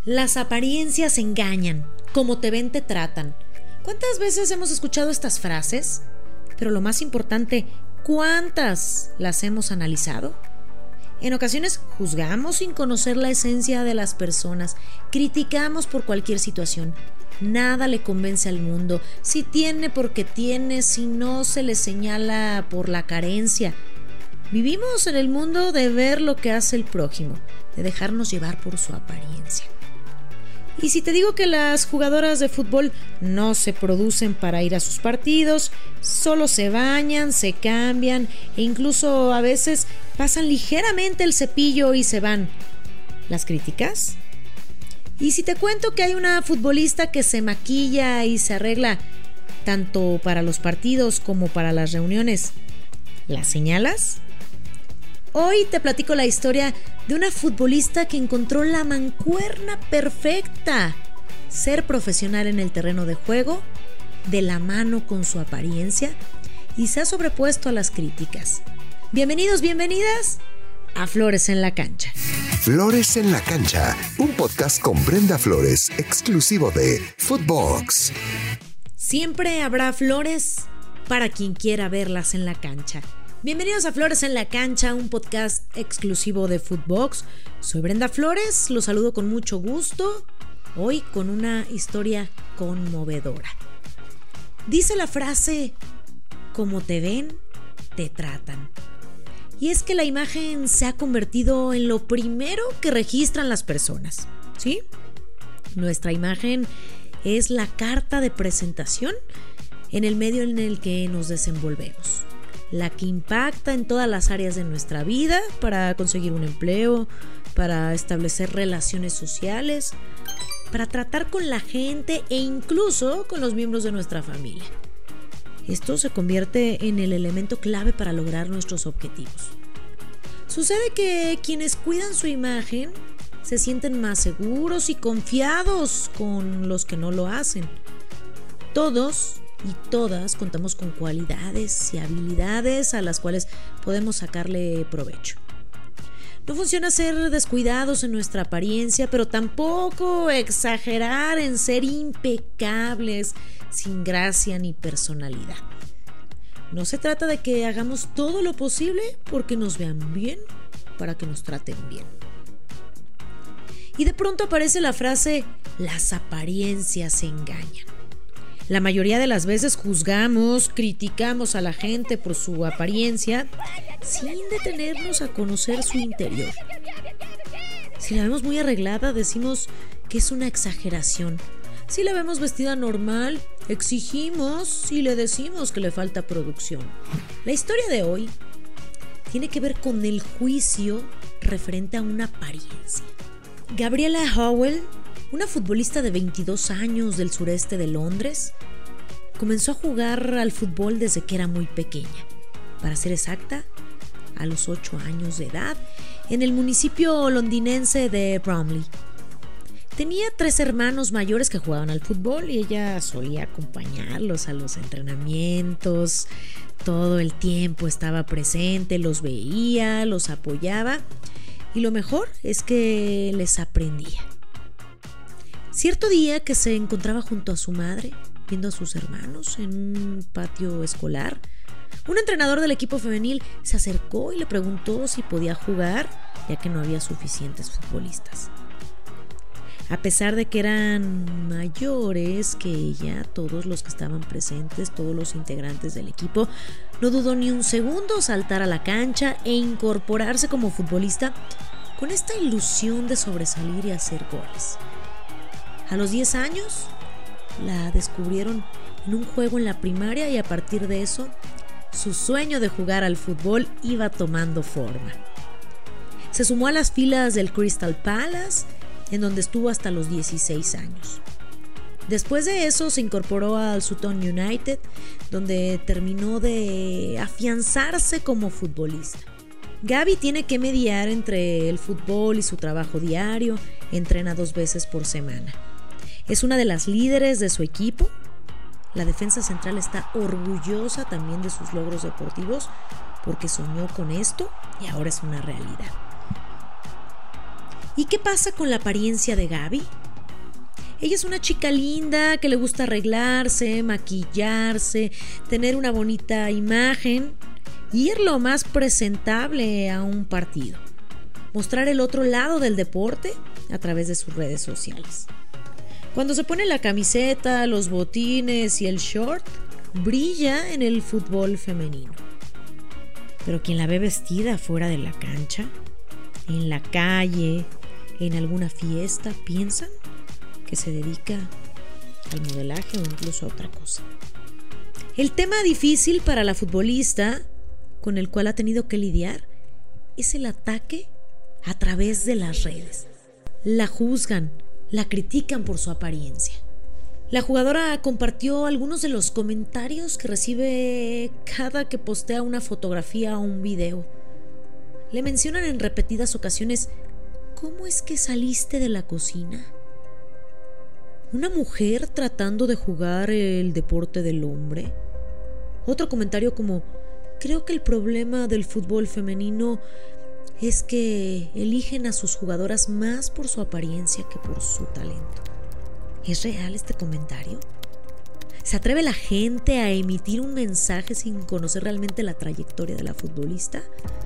Las apariencias engañan, como te ven te tratan. ¿Cuántas veces hemos escuchado estas frases? Pero lo más importante, ¿cuántas las hemos analizado? En ocasiones juzgamos sin conocer la esencia de las personas, criticamos por cualquier situación. Nada le convence al mundo, si tiene porque tiene, si no se le señala por la carencia. Vivimos en el mundo de ver lo que hace el prójimo, de dejarnos llevar por su apariencia. Y si te digo que las jugadoras de fútbol no se producen para ir a sus partidos, solo se bañan, se cambian e incluso a veces pasan ligeramente el cepillo y se van, ¿las criticas? Y si te cuento que hay una futbolista que se maquilla y se arregla tanto para los partidos como para las reuniones, ¿la señalas? Hoy te platico la historia de una futbolista que encontró la mancuerna perfecta. Ser profesional en el terreno de juego, de la mano con su apariencia y se ha sobrepuesto a las críticas. Bienvenidos, bienvenidas a Flores en la Cancha. Flores en la Cancha, un podcast con Brenda Flores, exclusivo de Footbox. Siempre habrá flores para quien quiera verlas en la cancha. Bienvenidos a Flores en la Cancha, un podcast exclusivo de Footbox. Soy Brenda Flores, los saludo con mucho gusto, hoy con una historia conmovedora. Dice la frase, como te ven, te tratan. Y es que la imagen se ha convertido en lo primero que registran las personas, ¿sí? Nuestra imagen es la carta de presentación en el medio en el que nos desenvolvemos. La que impacta en todas las áreas de nuestra vida para conseguir un empleo, para establecer relaciones sociales, para tratar con la gente e incluso con los miembros de nuestra familia. Esto se convierte en el elemento clave para lograr nuestros objetivos. Sucede que quienes cuidan su imagen se sienten más seguros y confiados con los que no lo hacen. Todos y todas contamos con cualidades y habilidades a las cuales podemos sacarle provecho. No funciona ser descuidados en nuestra apariencia, pero tampoco exagerar en ser impecables, sin gracia ni personalidad. No se trata de que hagamos todo lo posible porque nos vean bien, para que nos traten bien. Y de pronto aparece la frase, las apariencias engañan. La mayoría de las veces juzgamos, criticamos a la gente por su apariencia sin detenernos a conocer su interior. Si la vemos muy arreglada, decimos que es una exageración. Si la vemos vestida normal, exigimos y le decimos que le falta producción. La historia de hoy tiene que ver con el juicio referente a una apariencia. Gabriella Howell, una futbolista de 22 años del sureste de Londres, comenzó a jugar al fútbol desde que era muy pequeña. Para ser exacta, a los 8 años de edad, en el municipio londinense de Bromley. Tenía 3 hermanos mayores que jugaban al fútbol y ella solía acompañarlos a los entrenamientos. Todo el tiempo estaba presente, los veía, los apoyaba y lo mejor es que les aprendía. Cierto día que se encontraba junto a su madre, viendo a sus hermanos en un patio escolar, un entrenador del equipo femenil se acercó y le preguntó si podía jugar, ya que no había suficientes futbolistas. A pesar de que eran mayores que ella, todos los que estaban presentes, todos los integrantes del equipo, no dudó ni un segundo saltar a la cancha e incorporarse como futbolista con esta ilusión de sobresalir y hacer goles. A los 10 años la descubrieron en un juego en la primaria y a partir de eso su sueño de jugar al fútbol iba tomando forma. Se sumó a las filas del Crystal Palace, en donde estuvo hasta los 16 años. Después de eso se incorporó al Sutton United, donde terminó de afianzarse como futbolista. Gaby tiene que mediar entre el fútbol y su trabajo diario, entrena 2 veces por semana. Es una de las líderes de su equipo. La defensa central está orgullosa también de sus logros deportivos porque soñó con esto y ahora es una realidad. ¿Y qué pasa con la apariencia de Gaby? Ella es una chica linda que le gusta arreglarse, maquillarse, tener una bonita imagen y ir lo más presentable a un partido. Mostrar el otro lado del deporte a través de sus redes sociales. Cuando se pone la camiseta, los botines y el short, brilla en el fútbol femenino. Pero quien la ve vestida fuera de la cancha, en la calle, en alguna fiesta, piensan que se dedica al modelaje o incluso a otra cosa. El tema difícil para la futbolista con el cual ha tenido que lidiar es el ataque a través de las redes. La juzgan, la critican por su apariencia. La jugadora compartió algunos de los comentarios que recibe cada que postea una fotografía o un video. Le mencionan en repetidas ocasiones: ¿cómo es que saliste de la cocina? ¿Una mujer tratando de jugar el deporte del hombre? Otro comentario como: creo que el problema del fútbol femenino es que eligen a sus jugadoras más por su apariencia que por su talento. ¿Es real este comentario? ¿Se atreve la gente a emitir un mensaje sin conocer realmente la trayectoria de la futbolista?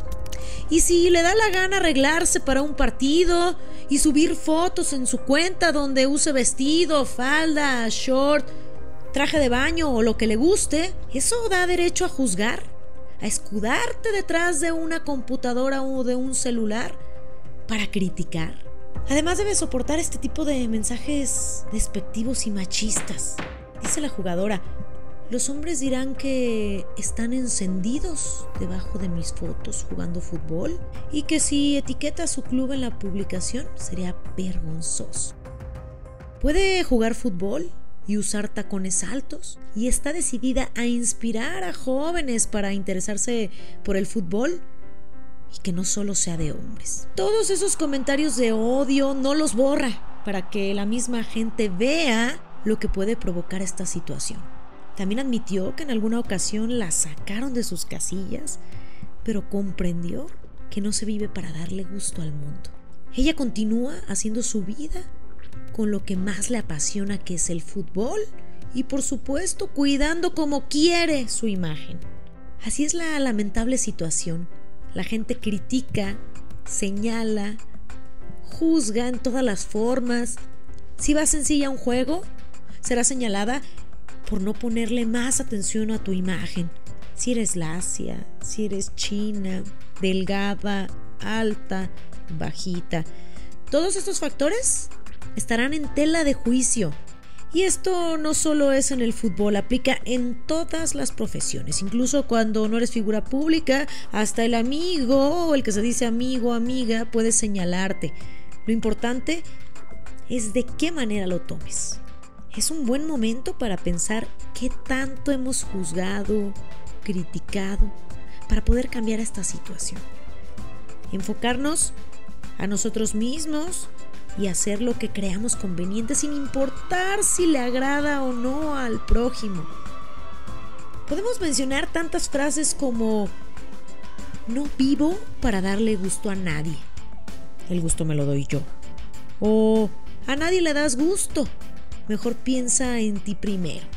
Y si le da la gana arreglarse para un partido y subir fotos en su cuenta donde use vestido, falda, short, traje de baño o lo que le guste, ¿eso da derecho a juzgar? ¿A escudarte detrás de una computadora o de un celular para criticar? Además debe soportar este tipo de mensajes despectivos y machistas. Dice la jugadora: los hombres dirán que están encendidos debajo de mis fotos jugando fútbol y que si etiqueta a su club en la publicación sería vergonzoso. Puede jugar fútbol y usar tacones altos y está decidida a inspirar a jóvenes para interesarse por el fútbol y que no solo sea de hombres. Todos esos comentarios de odio no los borra para que la misma gente vea lo que puede provocar esta situación. También admitió que en alguna ocasión la sacaron de sus casillas, pero comprendió que no se vive para darle gusto al mundo. Ella continúa haciendo su vida con lo que más le apasiona, que es el fútbol, y por supuesto cuidando como quiere su imagen. Así es la lamentable situación. La gente critica, señala, juzga en todas las formas. Si va sencilla a un juego, será señalada por no ponerle más atención a tu imagen. Si eres lacia, si eres china, delgada, alta, bajita. Todos estos factores estarán en tela de juicio. Y esto no solo es en el fútbol, aplica en todas las profesiones. Incluso cuando no eres figura pública, hasta el amigo o el que se dice amigo o amiga puede señalarte. Lo importante es de qué manera lo tomes. Es un buen momento para pensar qué tanto hemos juzgado, criticado, para poder cambiar esta situación. Enfocarnos a nosotros mismos y hacer lo que creamos conveniente sin importar si le agrada o no al prójimo. Podemos mencionar tantas frases como: no vivo para darle gusto a nadie, el gusto me lo doy yo. O a nadie le das gusto, mejor piensa en ti primero.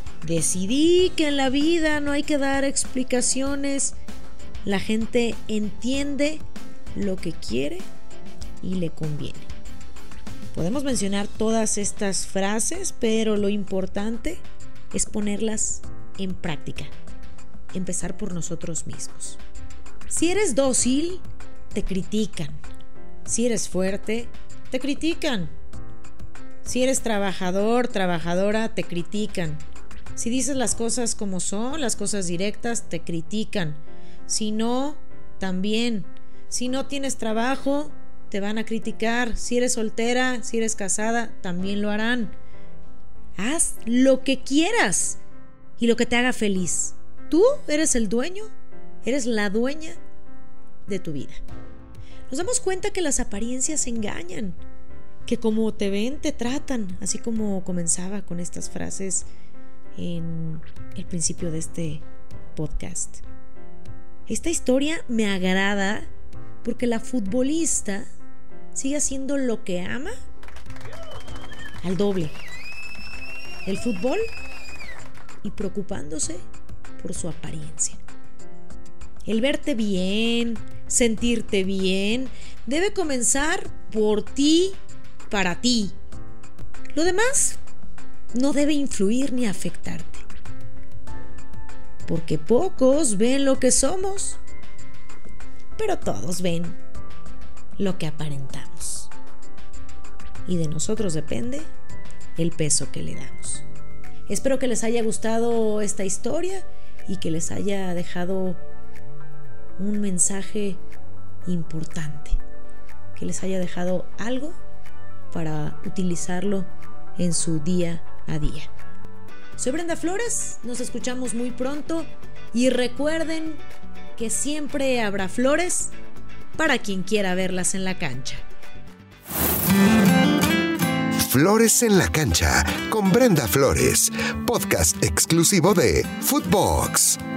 Decidí que en la vida no hay que dar explicaciones, la gente entiende lo que quiere y le conviene. Podemos mencionar todas estas frases, pero lo importante es ponerlas en práctica. Empezar por nosotros mismos. Si eres dócil, te critican. Si eres fuerte, te critican. Si eres trabajador, trabajadora, te critican. Si dices las cosas como son, las cosas directas, te critican. Si no, también. Si no tienes trabajo, te van a criticar. Si eres soltera, si eres casada, también lo harán. Haz lo que quieras y lo que te haga feliz. Tú eres el dueño, eres la dueña de tu vida. Nos damos cuenta que las apariencias engañan, que como te ven, te tratan, así como comenzaba con estas frases en el principio de este podcast. Esta historia me agrada porque la futbolista sigue haciendo lo que ama al doble, el fútbol, y preocupándose por su apariencia. El verte bien, sentirte bien, debe comenzar por ti, para ti. Lo demás no debe influir ni afectarte. Porque pocos ven lo que somos, pero todos ven lo que aparentamos. Y de nosotros depende el peso que le damos. Espero que les haya gustado esta historia y que les haya dejado un mensaje importante, que les haya dejado algo para utilizarlo en su día a día. Soy Brenda Flores, nos escuchamos muy pronto y recuerden que siempre habrá flores para quien quiera verlas en la cancha. Flores en la cancha con Brenda Flores, podcast exclusivo de Footbox.